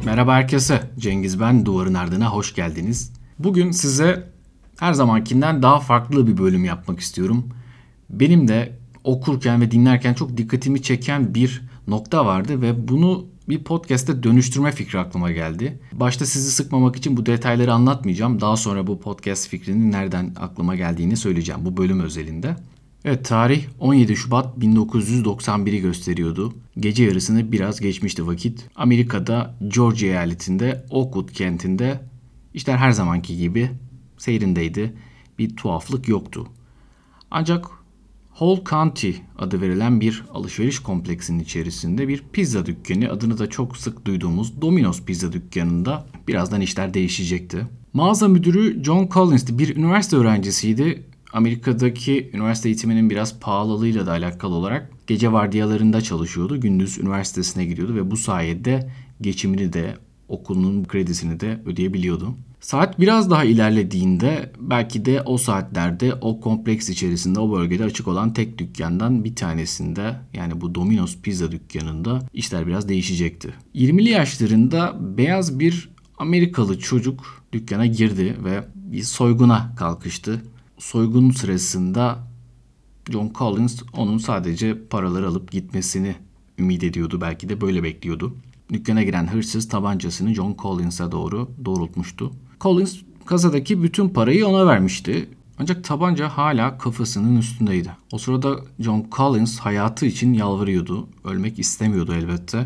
Merhaba herkese, Cengiz ben, Duvarın Ardına hoş geldiniz. Bugün size her zamankinden daha farklı bir bölüm yapmak istiyorum. Benim de okurken ve dinlerken çok dikkatimi çeken bir nokta vardı ve bunu bir podcast'te dönüştürme fikri aklıma geldi. Başta sizi sıkmamak için bu detayları anlatmayacağım. Daha sonra bu podcast fikrinin nereden aklıma geldiğini söyleyeceğim bu bölüm özelinde. Evet, tarih 17 Şubat 1991'i gösteriyordu. Gece yarısını biraz geçmişti vakit. Amerika'da Georgia eyaletinde Oakwood kentinde işler her zamanki gibi seyrindeydi. Bir tuhaflık yoktu. Ancak Whole County adı verilen bir alışveriş kompleksinin içerisinde bir pizza dükkanı, adını da çok sık duyduğumuz Domino's pizza dükkanında birazdan işler değişecekti. Mağaza müdürü John Collins'ti. Bir üniversite öğrencisiydi. Amerika'daki üniversite eğitiminin biraz pahalılığıyla da alakalı olarak gece vardiyalarında çalışıyordu. Gündüz üniversitesine gidiyordu ve bu sayede geçimini de okulunun kredisini de ödeyebiliyordu. Saat biraz daha ilerlediğinde belki de o saatlerde o kompleks içerisinde o bölgede açık olan tek dükkandan bir tanesinde, yani bu Domino's pizza dükkanında işler biraz değişecekti. 20'li yaşlarında beyaz bir Amerikalı çocuk dükkana girdi ve bir soyguna kalkıştı. Soygun sırasında John Collins onun sadece paraları alıp gitmesini ümit ediyordu. Belki de böyle bekliyordu. Dükkana giren hırsız tabancasını John Collins'a doğru doğrultmuştu. Collins kasadaki bütün parayı ona vermişti. Ancak tabanca hala kafasının üstündeydi. O sırada John Collins hayatı için yalvarıyordu. Ölmek istemiyordu elbette.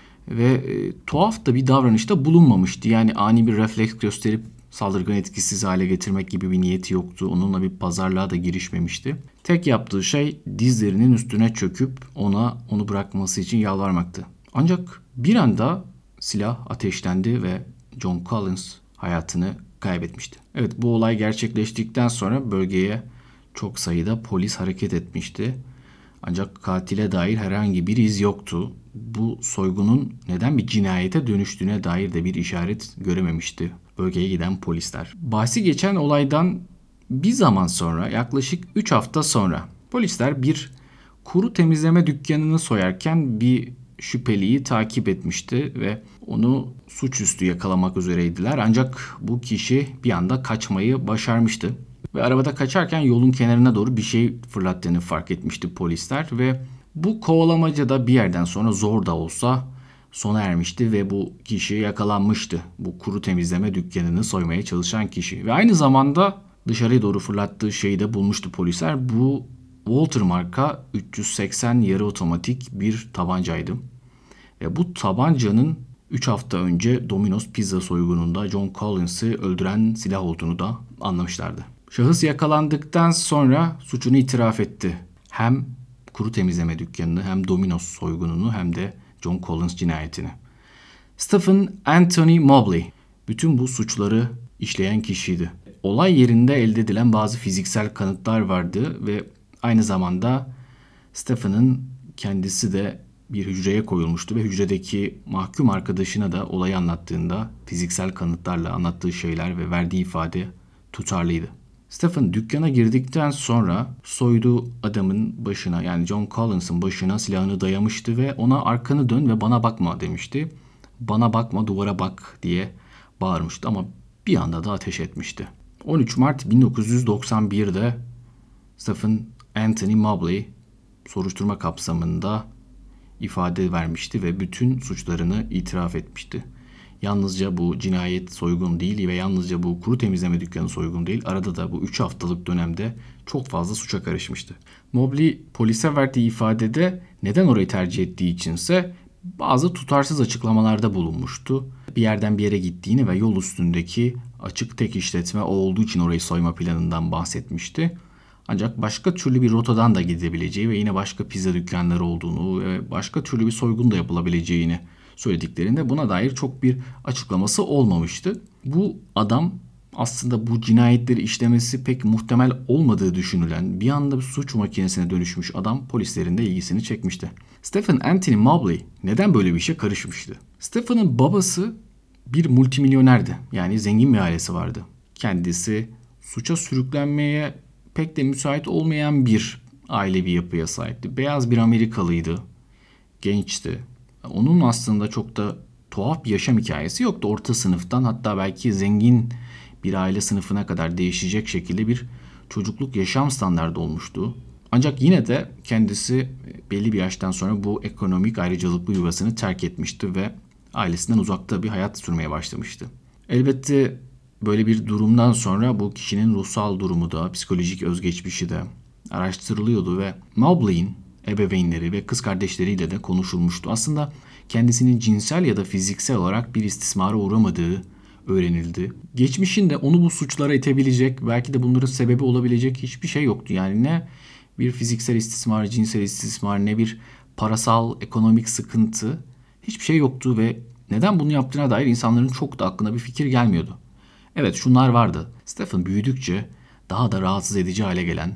Ve tuhaf da bir davranışta bulunmamıştı. Yani ani bir refleks gösterip saldırganı etkisiz hale getirmek gibi bir niyeti yoktu. Onunla bir pazarlığa da girişmemişti. Tek yaptığı şey dizlerinin üstüne çöküp onu bırakması için yalvarmaktı. Ancak bir anda silah ateşlendi ve John Collins hayatını kaybetmişti. Evet, bu olay gerçekleştikten sonra bölgeye çok sayıda polis hareket etmişti. Ancak katile dair herhangi bir iz yoktu. Bu soygunun neden bir cinayete dönüştüğüne dair de bir işaret görememişti bölgeye giden polisler. Bahsi geçen olaydan bir zaman sonra, yaklaşık 3 hafta sonra polisler bir kuru temizleme dükkanını soyarken bir şüpheliyi takip etmişti ve onu suçüstü yakalamak üzereydiler. Ancak bu kişi bir anda kaçmayı başarmıştı. Ve arabada kaçarken yolun kenarına doğru bir şey fırlattığını fark etmişti polisler ve bu kovalamaca da bir yerden sonra zor da olsa sona ermişti ve bu kişi yakalanmıştı. Bu kuru temizleme dükkanını soymaya çalışan kişi. Ve aynı zamanda dışarıya doğru fırlattığı şeyi de bulmuştu polisler. Bu Walter marka 380 yarı otomatik bir tabancaydı. Ve bu tabancanın 3 hafta önce Domino's pizza soygununda John Collins'i öldüren silah olduğunu da anlamışlardı. Şahıs yakalandıktan sonra suçunu itiraf etti. Hem kuru temizleme dükkanını, hem Domino's soygununu, hem de John Collins cinayetini. Stephen Anthony Mobley bütün bu suçları işleyen kişiydi. Olay yerinde elde edilen bazı fiziksel kanıtlar vardı ve aynı zamanda Stephen'ın kendisi de bir hücreye koyulmuştu ve hücredeki mahkum arkadaşına da olayı anlattığında fiziksel kanıtlarla anlattığı şeyler ve verdiği ifade tutarlıydı. Stephen dükkana girdikten sonra soyduğu adamın başına, yani John Collins'ın başına silahını dayamıştı ve ona "arkanı dön ve bana bakma" demişti. "Bana bakma, duvara bak" diye bağırmıştı ama bir anda da ateş etmişti. 13 Mart 1991'de Stephen Anthony Mobley soruşturma kapsamında ifade vermişti ve bütün suçlarını itiraf etmişti. Yalnızca bu cinayet soygun değil ve yalnızca bu kuru temizleme dükkanı soygun değil. Arada da bu 3 haftalık dönemde çok fazla suça karışmıştı. Mobley polise verdiği ifadede neden orayı tercih ettiği içinse bazı tutarsız açıklamalarda bulunmuştu. Bir yerden bir yere gittiğini ve yol üstündeki açık tek işletme o olduğu için orayı soyma planından bahsetmişti. Ancak başka türlü bir rotadan da gidebileceği ve yine başka pizza dükkanları olduğunu ve başka türlü bir soygun da yapılabileceğini söylediklerinde buna dair çok bir açıklaması olmamıştı. Bu adam aslında bu cinayetleri işlemesi pek muhtemel olmadığı düşünülen bir anda bir suç makinesine dönüşmüş adam polislerin de ilgisini çekmişti. Stephen Anthony Mobley neden böyle bir işe karışmıştı? Stephen'ın babası bir multimilyonerdi. Yani zengin bir ailesi vardı. Kendisi suça sürüklenmeye pek de müsait olmayan bir ailevi yapıya sahipti. Beyaz bir Amerikalıydı. Gençti. Onun aslında çok da tuhaf bir yaşam hikayesi yoktu. Orta sınıftan hatta belki zengin bir aile sınıfına kadar değişecek şekilde bir çocukluk yaşam standardı olmuştu. Ancak yine de kendisi belli bir yaştan sonra bu ekonomik ayrıcalıklı yuvasını terk etmişti ve ailesinden uzakta bir hayat sürmeye başlamıştı. Elbette böyle bir durumdan sonra bu kişinin ruhsal durumu da, psikolojik özgeçmişi de araştırılıyordu ve Mobley'in ebeveynleri ve kız kardeşleriyle de konuşulmuştu. Aslında kendisinin cinsel ya da fiziksel olarak bir istismara uğramadığı öğrenildi. Geçmişinde onu bu suçlara itebilecek, belki de bunların sebebi olabilecek hiçbir şey yoktu. Yani ne bir fiziksel istismar, cinsel istismar, ne bir parasal, ekonomik sıkıntı, hiçbir şey yoktu ve neden bunu yaptığına dair insanların çok da aklına bir fikir gelmiyordu. Evet, şunlar vardı. Stephen büyüdükçe daha da rahatsız edici hale gelen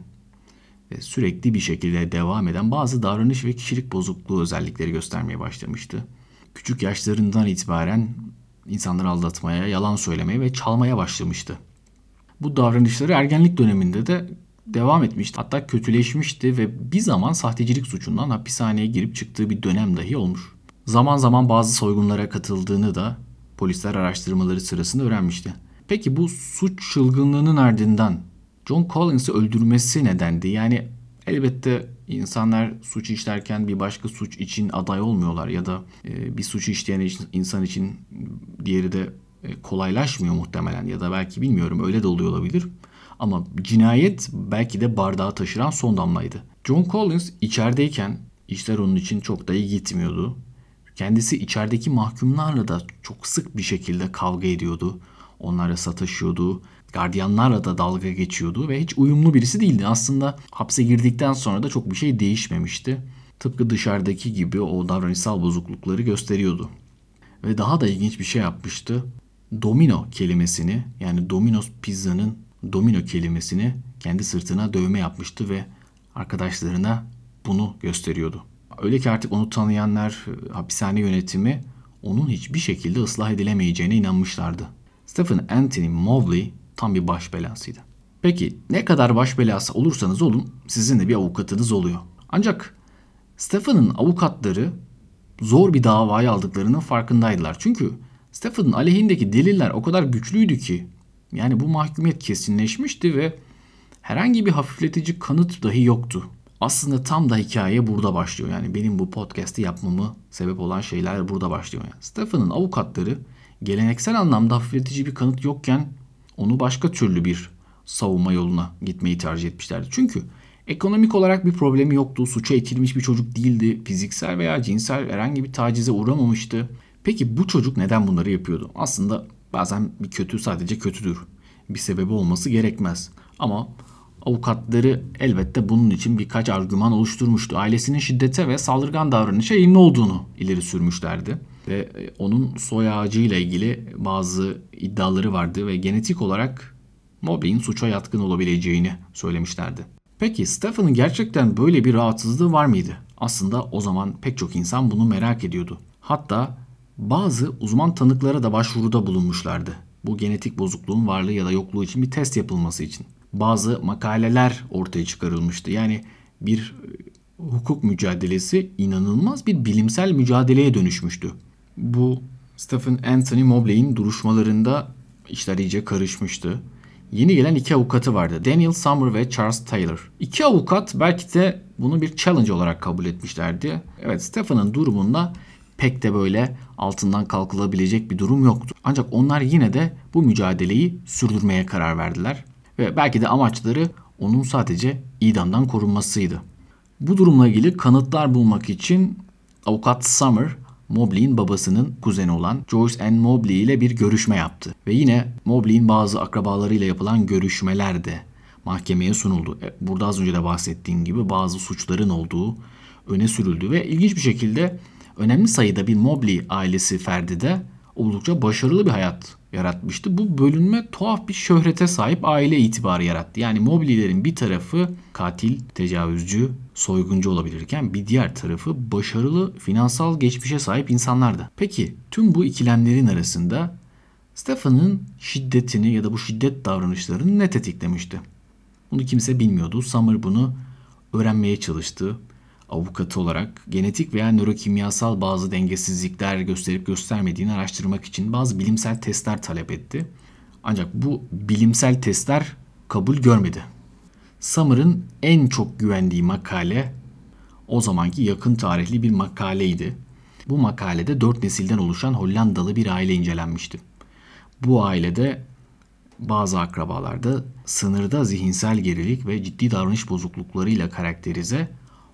ve sürekli bir şekilde devam eden bazı davranış ve kişilik bozukluğu özellikleri göstermeye başlamıştı. Küçük yaşlarından itibaren insanları aldatmaya, yalan söylemeye ve çalmaya başlamıştı. Bu davranışları ergenlik döneminde de devam etmişti. Hatta kötüleşmişti ve bir zaman sahtecilik suçundan hapishaneye girip çıktığı bir dönem dahi olmuş. Zaman zaman bazı soygunlara katıldığını da polisler araştırmaları sırasında öğrenmişti. Peki bu suç çılgınlığının ardından John Collins'i öldürmesi nedendi? Yani elbette insanlar suç işlerken bir başka suç için aday olmuyorlar ya da bir suçu işleyen insan için diğeri de kolaylaşmıyor muhtemelen ya da belki bilmiyorum öyle de oluyor olabilir. Ama cinayet belki de bardağı taşıran son damlaydı. John Collins içerideyken işler onun için çok da iyi gitmiyordu. Kendisi içerideki mahkumlarla da çok sık bir şekilde kavga ediyordu. Onlara sataşıyordu. Gardiyanlarla da dalga geçiyordu ve hiç uyumlu birisi değildi. Aslında hapse girdikten sonra da çok bir şey değişmemişti. Tıpkı dışarıdaki gibi o davranışsal bozuklukları gösteriyordu. Ve daha da ilginç bir şey yapmıştı. Domino kelimesini, yani Domino's pizzanın domino kelimesini kendi sırtına dövme yapmıştı ve arkadaşlarına bunu gösteriyordu. Öyle ki artık onu tanıyanlar, hapishane yönetimi onun hiçbir şekilde ıslah edilemeyeceğine inanmışlardı. Stephen Anthony Mobley tam bir baş belasıydı. Peki ne kadar baş belası olursanız olun sizin de bir avukatınız oluyor. Ancak Stephen'ın avukatları zor bir davayı aldıklarının farkındaydılar. Çünkü Stephen'ın aleyhindeki deliller o kadar güçlüydü ki yani bu mahkumiyet kesinleşmişti ve herhangi bir hafifletici kanıt dahi yoktu. Aslında tam da hikaye burada başlıyor. Yani benim bu podcast'i yapmamı sebep olan şeyler burada başlıyor. Yani Stephen'ın avukatları geleneksel anlamda hafifletici bir kanıt yokken onu başka türlü bir savunma yoluna gitmeyi tercih etmişlerdi. Çünkü ekonomik olarak bir problemi yoktu. Suça itilmiş bir çocuk değildi. Fiziksel veya cinsel herhangi bir tacize uğramamıştı. Peki bu çocuk neden bunları yapıyordu? Aslında bazen bir kötü sadece kötüdür. Bir sebebi olması gerekmez. Ama avukatları elbette bunun için birkaç argüman oluşturmuştu. Ailesinin şiddete ve saldırgan davranışa eğilimli olduğunu ileri sürmüşlerdi. Ve onun soy ağacıyla ilgili bazı iddiaları vardı ve genetik olarak Mobley'in suça yatkın olabileceğini söylemişlerdi. Peki Stephen'ın gerçekten böyle bir rahatsızlığı var mıydı? Aslında o zaman pek çok insan bunu merak ediyordu. Hatta bazı uzman tanıklara da başvuruda bulunmuşlardı. Bu genetik bozukluğun varlığı ya da yokluğu için bir test yapılması için. Bazı makaleler ortaya çıkarılmıştı. Yani bir hukuk mücadelesi inanılmaz bir bilimsel mücadeleye dönüşmüştü. Bu Stephen Anthony Mobley'in duruşmalarında işler iyice karışmıştı. Yeni gelen iki avukatı vardı. Daniel Summer ve Charles Taylor. İki avukat belki de bunu bir challenge olarak kabul etmişlerdi. Evet, Stephen'ın durumunda pek de böyle altından kalkılabilecek bir durum yoktu. Ancak onlar yine de bu mücadeleyi sürdürmeye karar verdiler. Ve belki de amaçları onun sadece idamdan korunmasıydı. Bu durumla ilgili kanıtlar bulmak için avukat Summer, Mobley'in babasının kuzeni olan Joyce Ann Mobley ile bir görüşme yaptı. Ve yine Mobley'in bazı akrabalarıyla yapılan görüşmeler de mahkemeye sunuldu. Burada az önce de bahsettiğim gibi bazı suçların olduğu öne sürüldü ve ilginç bir şekilde önemli sayıda bir Mobley ailesi ferdi de oldukça başarılı bir hayat yaratmıştı. Bu bölünme tuhaf bir şöhrete sahip aile itibarı yarattı. Yani Mobley'lerin bir tarafı katil, tecavüzcü, soyguncu olabilirken bir diğer tarafı başarılı finansal geçmişe sahip insanlardı. Peki tüm bu ikilemlerin arasında Stephen'ın şiddetini ya da bu şiddet davranışlarını ne tetiklemişti? Bunu kimse bilmiyordu. Summer bunu öğrenmeye çalıştı. avukatı olarak genetik veya nörokimyasal bazı dengesizlikler gösterip göstermediğini araştırmak için bazı bilimsel testler talep etti. Ancak bu bilimsel testler kabul görmedi. Summer'ın en çok güvendiği makale o zamanki yakın tarihli bir makaleydi. Bu makalede 4 nesilden oluşan Hollandalı bir aile incelenmişti. Bu ailede bazı akrabalarda sınırda zihinsel gerilik ve ciddi davranış bozukluklarıyla karakterize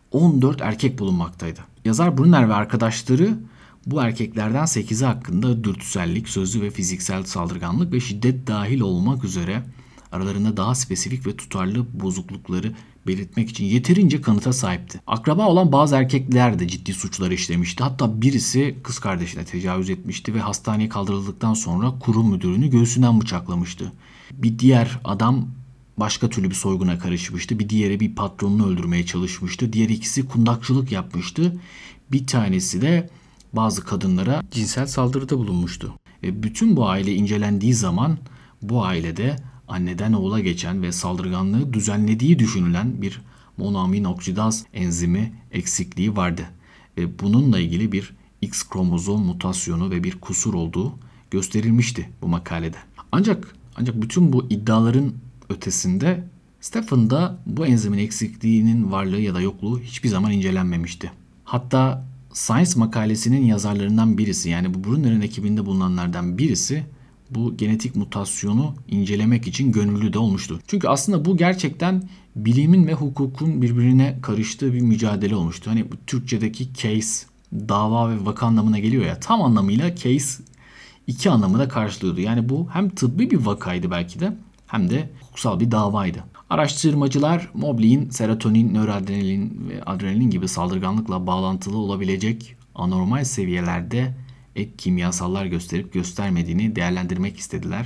14 erkek bulunmaktaydı. Yazar Brunner ve arkadaşları bu erkeklerden 8'i hakkında dürtüsellik, sözlü ve fiziksel saldırganlık ve şiddet dahil olmak üzere aralarında daha spesifik ve tutarlı bozuklukları belirtmek için yeterince kanıta sahipti. Akraba olan bazı erkekler de ciddi suçlar işlemişti. Hatta birisi kız kardeşine tecavüz etmişti ve hastaneye kaldırıldıktan sonra kurum müdürünü göğsünden bıçaklamıştı. Bir diğer adam başka türlü bir soyguna karışmıştı. Bir diğeri bir patronunu öldürmeye çalışmıştı. Diğer ikisi kundakçılık yapmıştı. Bir tanesi de bazı kadınlara cinsel saldırıda bulunmuştu. Ve bütün bu aile incelendiği zaman bu ailede anneden oğula geçen ve saldırganlığı düzenlediği düşünülen bir monoamin oksidaz enzimi eksikliği vardı. Ve bununla ilgili bir X kromozom mutasyonu ve bir kusur olduğu gösterilmişti bu makalede. Ancak bütün bu iddiaların ötesinde Stephen'da bu enzimin eksikliğinin varlığı ya da yokluğu hiçbir zaman incelenmemişti. Hatta Science makalesinin yazarlarından birisi, yani bu Brunner'in ekibinde bulunanlardan birisi bu genetik mutasyonu incelemek için gönüllü de olmuştu. Çünkü aslında bu gerçekten bilimin ve hukukun birbirine karıştığı bir mücadele olmuştu. Hani bu Türkçedeki case, dava ve vaka anlamına geliyor ya, tam anlamıyla case iki anlamı da karşılıyordu. Yani bu hem tıbbi bir vakaydı belki de hem de hukuksal bir davaydı. Araştırmacılar Mobley'in serotonin, nöroadrenalin ve adrenalin gibi saldırganlıkla bağlantılı olabilecek anormal seviyelerde ek kimyasallar gösterip göstermediğini değerlendirmek istediler.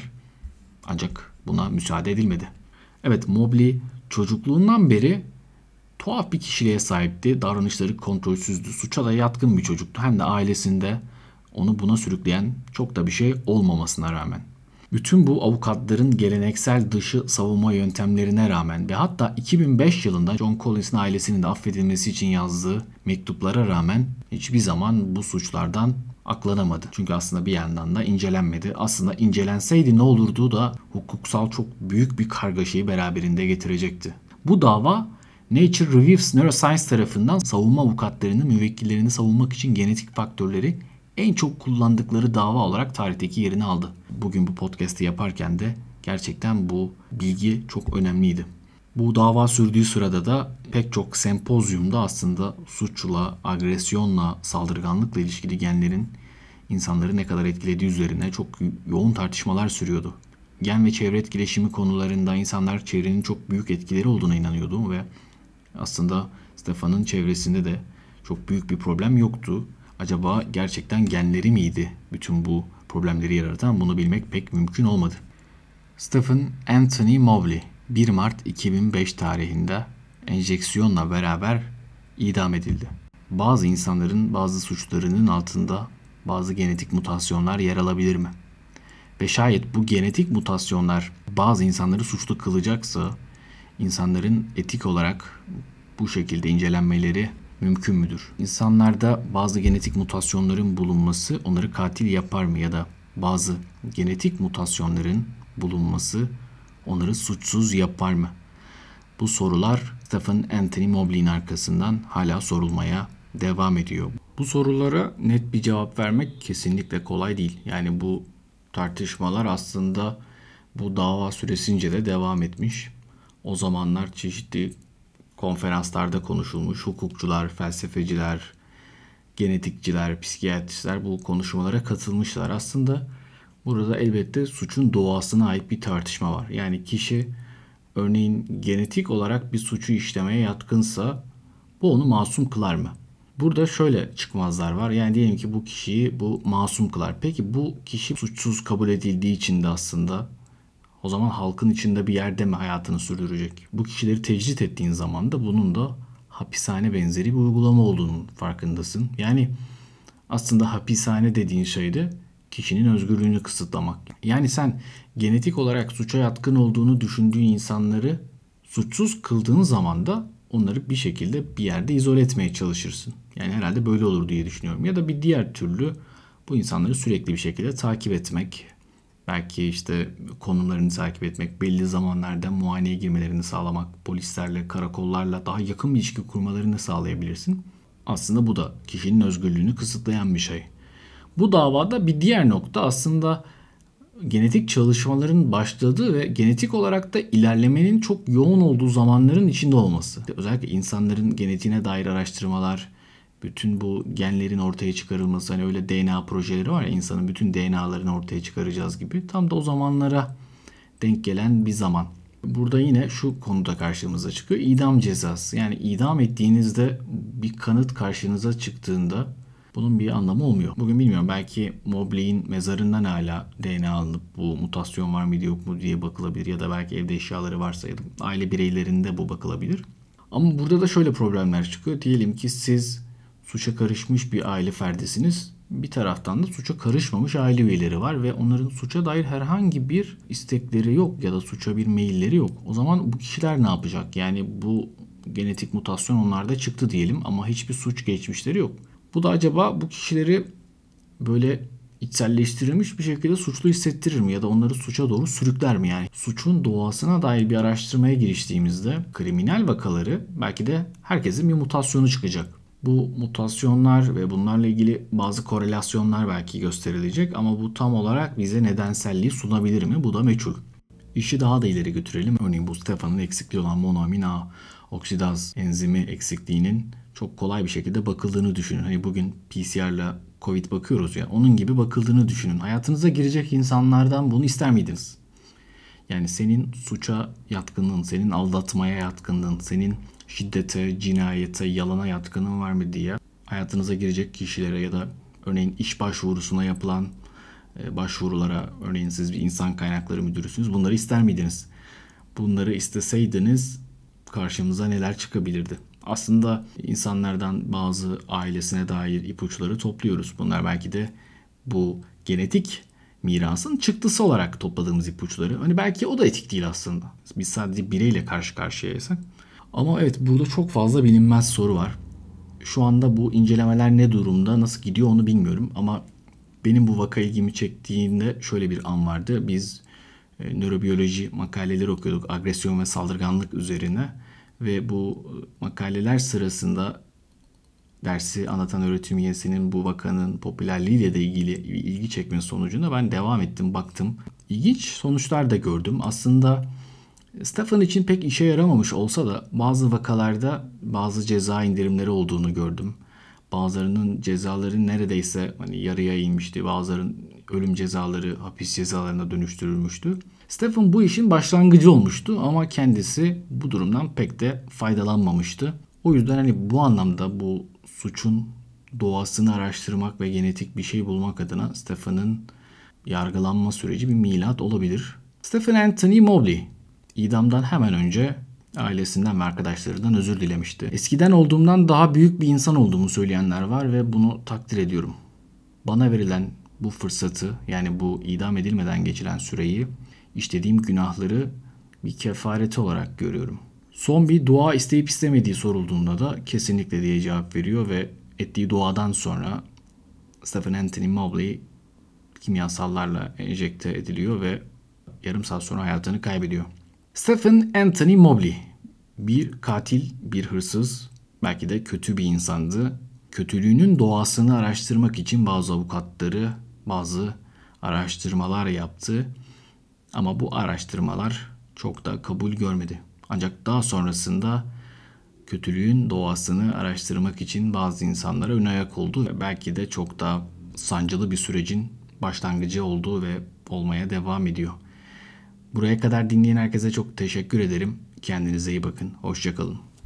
Ancak buna müsaade edilmedi. Evet, Mobley çocukluğundan beri tuhaf bir kişiliğe sahipti. Davranışları kontrolsüzdü. Suça da yatkın bir çocuktu. Hem de ailesinde onu buna sürükleyen çok da bir şey olmamasına rağmen. Bütün bu avukatların geleneksel dışı savunma yöntemlerine rağmen ve hatta 2005 yılında John Collins'in ailesinin de affedilmesi için yazdığı mektuplara rağmen hiçbir zaman bu suçlardan aklanamadı. Çünkü aslında bir yandan da incelenmedi. Aslında incelenseydi ne olurdu da hukuksal çok büyük bir kargaşayı beraberinde getirecekti. Bu dava Nature Reviews Neuroscience tarafından savunma avukatlarının müvekkillerini savunmak için genetik faktörleri en çok kullandıkları dava olarak tarihteki yerini aldı. Bugün bu podcast'i yaparken de gerçekten bu bilgi çok önemliydi. Bu dava sürdüğü sırada da pek çok sempozyumda aslında suçla, agresyonla, saldırganlıkla ilişkili genlerin insanları ne kadar etkilediği üzerine çok yoğun tartışmalar sürüyordu. Gen ve çevre etkileşimi konularında insanlar çevrenin çok büyük etkileri olduğuna inanıyordu ve aslında Stephen'ın çevresinde de çok büyük bir problem yoktu. Acaba gerçekten genleri miydi bütün bu problemleri yaratan? Bunu bilmek pek mümkün olmadı. Stephen Anthony Mobley 1 Mart 2005 tarihinde enjeksiyonla beraber idam edildi. Bazı insanların bazı suçlarının altında bazı genetik mutasyonlar yer alabilir mi? Ve şayet bu genetik mutasyonlar bazı insanları suçlu kılacaksa insanların etik olarak bu şekilde incelenmeleri mümkün müdür? İnsanlarda bazı genetik mutasyonların bulunması onları katil yapar mı, ya da bazı genetik mutasyonların bulunması onları suçsuz yapar mı? Bu sorular Stephen Anthony Mobley'in arkasından hala sorulmaya devam ediyor. Bu sorulara net bir cevap vermek kesinlikle kolay değil. Yani bu tartışmalar aslında bu dava süresince de devam etmiş. O zamanlar çeşitli konferanslarda konuşulmuş. Hukukçular, felsefeciler, genetikçiler, psikiyatristler bu konuşmalara katılmışlar. Aslında burada elbette suçun doğasına ait bir tartışma var. Yani kişi örneğin genetik olarak bir suçu işlemeye yatkınsa bu onu masum kılar mı? Burada şöyle çıkmazlar var. Yani diyelim ki bu kişiyi bu masum kılar. Peki bu kişi suçsuz kabul edildiği için de aslında o zaman halkın içinde bir yerde mi hayatını sürdürecek? Bu kişileri tecrit ettiğin zaman da bunun da hapishane benzeri bir uygulama olduğunun farkındasın. Yani aslında hapishane dediğin şey de kişinin özgürlüğünü kısıtlamak. Yani sen genetik olarak suça yatkın olduğunu düşündüğün insanları suçsuz kıldığın zaman da onları bir şekilde bir yerde izole etmeye çalışırsın. Yani herhalde böyle olur diye düşünüyorum. Ya da bir diğer türlü bu insanları sürekli bir şekilde takip etmek. Belki işte konumlarını takip etmek, belli zamanlarda muayeneye girmelerini sağlamak, polislerle, karakollarla daha yakın bir ilişki kurmalarını sağlayabilirsin. Aslında bu da kişinin özgürlüğünü kısıtlayan bir şey. Bu davada bir diğer nokta aslında genetik çalışmaların başladığı ve genetik olarak da ilerlemenin çok yoğun olduğu zamanların içinde olması. Özellikle insanların genetiğine dair araştırmalar, bütün bu genlerin ortaya çıkarılması, hani öyle DNA projeleri var ya, insanın bütün DNA'larını ortaya çıkaracağız gibi. Tam da o zamanlara denk gelen bir zaman. Burada yine şu konuda karşımıza çıkıyor. İdam cezası. Yani idam ettiğinizde bir kanıt karşınıza çıktığında bunun bir anlamı olmuyor. Bugün bilmiyorum, belki Mobley'in mezarından hala DNA alınıp bu mutasyon var mıydı yok mu diye bakılabilir. Ya da belki evde eşyaları varsa ya da aile bireylerinde bu bakılabilir. Ama burada da şöyle problemler çıkıyor. Diyelim ki siz suça karışmış bir aile ferdisiniz. Bir taraftan da suça karışmamış aile üyeleri var ve onların suça dair herhangi bir istekleri yok ya da suça bir meyilleri yok. O zaman bu kişiler ne yapacak? Yani bu genetik mutasyon onlarda çıktı diyelim ama hiçbir suç geçmişleri yok. Bu da acaba bu kişileri böyle içselleştirilmiş bir şekilde suçlu hissettirir mi ya da onları suça doğru sürükler mi? Yani suçun doğasına dair bir araştırmaya giriştiğimizde kriminal vakaları belki de herkesin bir mutasyonu çıkacak. Bu mutasyonlar ve bunlarla ilgili bazı korelasyonlar belki gösterilecek ama bu tam olarak bize nedenselliği sunabilir mi? Bu da meçhul. İşi daha da ileri götürelim. Örneğin bu Stephan'ın eksikliği olan monoamin A oksidaz enzimi eksikliğinin çok kolay bir şekilde bakıldığını düşünün. Hani bugün PCR'la Covid bakıyoruz ya, onun gibi bakıldığını düşünün. Hayatınıza girecek insanlardan bunu ister miydiniz? Yani senin suça yatkınlığın, senin aldatmaya yatkınlığın, senin şiddete, cinayete, yalana yatkınlığın var mı diye hayatınıza girecek kişilere ya da örneğin iş başvurusuna yapılan başvurulara, örneğin siz bir insan kaynakları müdürüsünüz, bunları ister miydiniz? Bunları isteseydiniz karşımıza neler çıkabilirdi? Aslında insanlardan bazı ailesine dair ipuçları topluyoruz. Bunlar belki de bu genetik mirasın çıktısı olarak topladığımız ipuçları. Hani belki o da etik değil aslında. Biz sadece bireyle karşı karşıyaysak. Ama evet, burada çok fazla bilinmez soru var. Şu anda bu incelemeler ne durumda, nasıl gidiyor onu bilmiyorum. Ama benim bu vaka ilgimi çektiğinde şöyle bir an vardı. Biz nörobiyoloji makaleleri okuyorduk, agresyon ve saldırganlık üzerine. Ve bu makaleler sırasında dersi anlatan öğretim üyesinin bu vakanın popülerliğiyle de ilgili ilgi çekmesi sonucunda ben devam ettim, baktım. İlginç sonuçlar da gördüm. Aslında Stephan için pek işe yaramamış olsa da bazı vakalarda bazı ceza indirimleri olduğunu gördüm. Bazılarının cezaları neredeyse hani yarıya inmişti. Bazılarının ölüm cezaları hapis cezalarına dönüştürülmüştü. Stephan bu işin başlangıcı olmuştu ama kendisi bu durumdan pek de faydalanmamıştı. O yüzden hani bu anlamda bu suçun doğasını araştırmak ve genetik bir şey bulmak adına Stephan'ın yargılanma süreci bir milat olabilir. Stephen Anthony Mobley idamdan hemen önce ailesinden ve arkadaşlarından özür dilemişti. Eskiden olduğumdan daha büyük bir insan olduğumu söyleyenler var ve bunu takdir ediyorum. Bana verilen bu fırsatı, yani bu idam edilmeden geçilen süreyi, işlediğim günahları bir kefareti olarak görüyorum. Son bir dua isteyip istemediği sorulduğunda da kesinlikle diye cevap veriyor ve ettiği duadan sonra Stephen Anthony Mobley kimyasallarla enjekte ediliyor ve yarım saat sonra hayatını kaybediyor. Stephen Anthony Mobley bir katil, bir hırsız, belki de kötü bir insandı. Kötülüğünün doğasını araştırmak için bazı avukatları, bazı araştırmalar yaptı. Ama bu araştırmalar çok da kabul görmedi. Ancak daha sonrasında kötülüğün doğasını araştırmak için bazı insanlara ön ayak oldu ve belki de çok daha sancılı bir sürecin başlangıcı oldu ve olmaya devam ediyor. Buraya kadar dinleyen herkese çok teşekkür ederim. Kendinize iyi bakın. Hoşça kalın.